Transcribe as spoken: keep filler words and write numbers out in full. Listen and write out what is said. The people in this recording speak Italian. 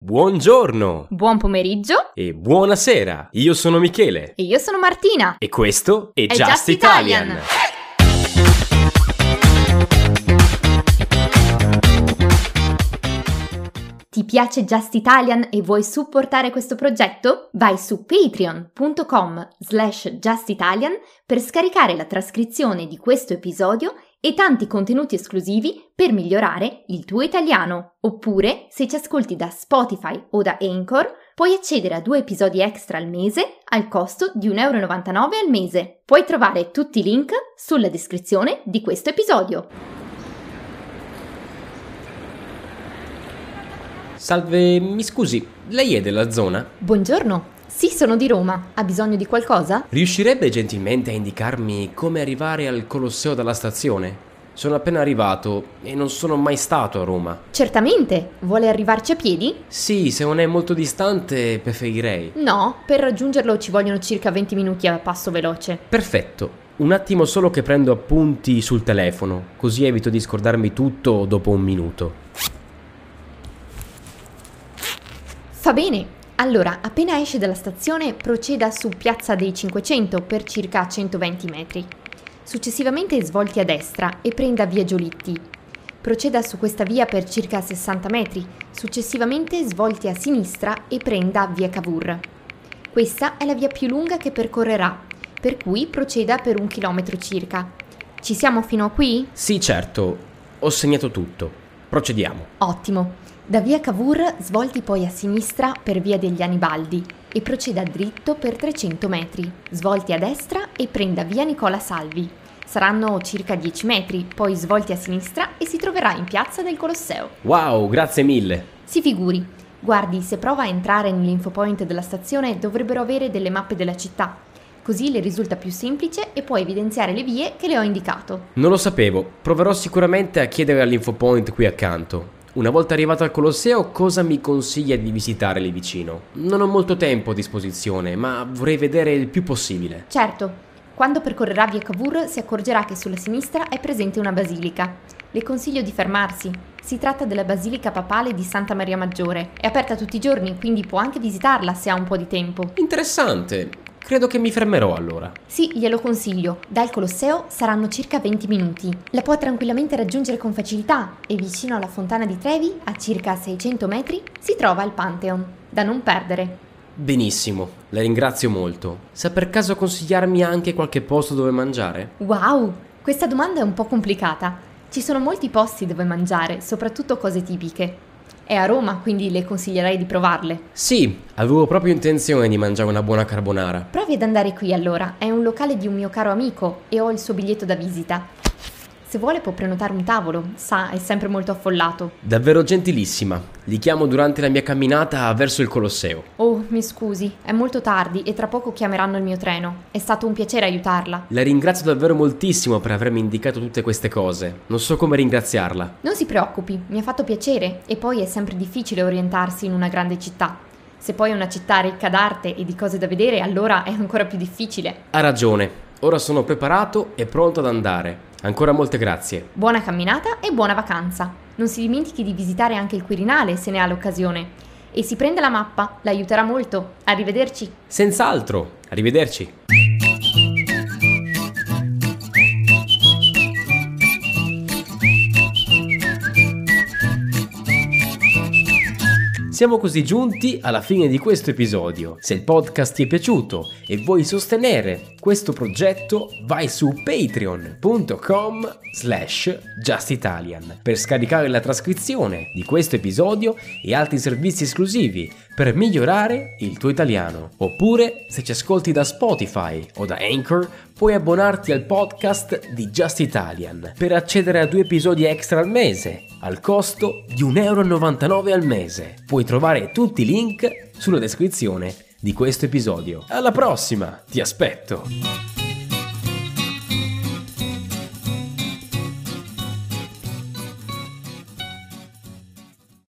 Buongiorno! Buon pomeriggio! E buonasera! Io sono Michele. E io sono Martina. E questo è, è Just, Just Italian. Italian. Ti piace Just Italian e vuoi supportare questo progetto? Vai su patreon.com slash justitalian per scaricare la trascrizione di questo episodio e tanti contenuti esclusivi per migliorare il tuo italiano. Oppure, se ci ascolti da Spotify o da Anchor, puoi accedere a due episodi extra al mese al costo di un euro e novantanove al mese. Puoi trovare tutti i link sulla descrizione di questo episodio. Salve, mi scusi, lei è della zona? Buongiorno. Sì, sono di Roma. Ha bisogno di qualcosa? Riuscirebbe gentilmente a indicarmi come arrivare al Colosseo dalla stazione? Sono appena arrivato e non sono mai stato a Roma. Certamente. Vuole arrivarci a piedi? Sì, se non è molto distante preferirei. No, per raggiungerlo ci vogliono circa venti minuti a passo veloce. Perfetto. Un attimo solo che prendo appunti sul telefono, così evito di scordarmi tutto dopo un minuto. Fa bene. Allora, appena esce dalla stazione, proceda su Piazza dei Cinquecento per circa centoventi metri. Successivamente svolti a destra e prenda via Giolitti. Proceda su questa via per circa sessanta metri, successivamente svolti a sinistra e prenda via Cavour. Questa è la via più lunga che percorrerà, per cui proceda per un chilometro circa. Ci siamo fino a qui? Sì, certo. Ho segnato tutto. Procediamo. Ottimo. Da via Cavour svolti poi a sinistra per via degli Anibaldi e proceda dritto per trecento metri, svolti a destra e prenda via Nicola Salvi. Saranno circa dieci metri, poi svolti a sinistra e si troverà in piazza del Colosseo. Wow, grazie mille! Si figuri. Guardi, se prova a entrare nell'infopoint della stazione dovrebbero avere delle mappe della città. Così le risulta più semplice e può evidenziare le vie che le ho indicato. Non lo sapevo, proverò sicuramente a chiedere all'infopoint qui accanto. Una volta arrivato al Colosseo, cosa mi consiglia di visitare lì vicino? Non ho molto tempo a disposizione, ma vorrei vedere il più possibile. Certo, quando percorrerà via Cavour si accorgerà che sulla sinistra è presente una basilica. Le consiglio di fermarsi. Si tratta della Basilica Papale di Santa Maria Maggiore. È aperta tutti i giorni, quindi può anche visitarla se ha un po' di tempo. Interessante. Credo che mi fermerò allora. Sì, glielo consiglio. Dal Colosseo saranno circa venti minuti. La può tranquillamente raggiungere con facilità e vicino alla Fontana di Trevi, a circa seicento metri, si trova il Pantheon. Da non perdere. Benissimo, la ringrazio molto. Sa per caso consigliarmi anche qualche posto dove mangiare? Wow, questa domanda è un po' complicata. Ci sono molti posti dove mangiare, soprattutto cose tipiche. È a Roma, quindi le consiglierei di provarle. Sì, avevo proprio intenzione di mangiare una buona carbonara. Provi ad andare qui allora, è un locale di un mio caro amico e ho il suo biglietto da visita. Se vuole può prenotare un tavolo, sa, è sempre molto affollato. Davvero gentilissima. Li chiamo durante la mia camminata verso il Colosseo. Oh, mi scusi, è molto tardi e tra poco chiameranno il mio treno. È stato un piacere aiutarla. La ringrazio davvero moltissimo per avermi indicato tutte queste cose. Non so come ringraziarla. Non si preoccupi, mi ha fatto piacere e poi è sempre difficile orientarsi in una grande città. Se poi è una città ricca d'arte e di cose da vedere, allora è ancora più difficile. Ha ragione. Ora sono preparato e pronto ad andare. Ancora molte grazie. Buona camminata e buona vacanza. Non si dimentichi di visitare anche il Quirinale se ne ha l'occasione. E si prende la mappa, l'aiuterà molto. Arrivederci. Senz'altro. Arrivederci. Siamo così giunti alla fine di questo episodio. Se il podcast ti è piaciuto e vuoi sostenere questo progetto, vai su patreon.com slash justitalian per scaricare la trascrizione di questo episodio e altri servizi esclusivi per migliorare il tuo italiano. Oppure, se ci ascolti da Spotify o da Anchor, puoi abbonarti al podcast di Just Italian per accedere a due episodi extra al mese, al costo di un euro e novantanove al mese. Puoi trovare tutti i link sulla descrizione di questo episodio. Alla prossima, ti aspetto!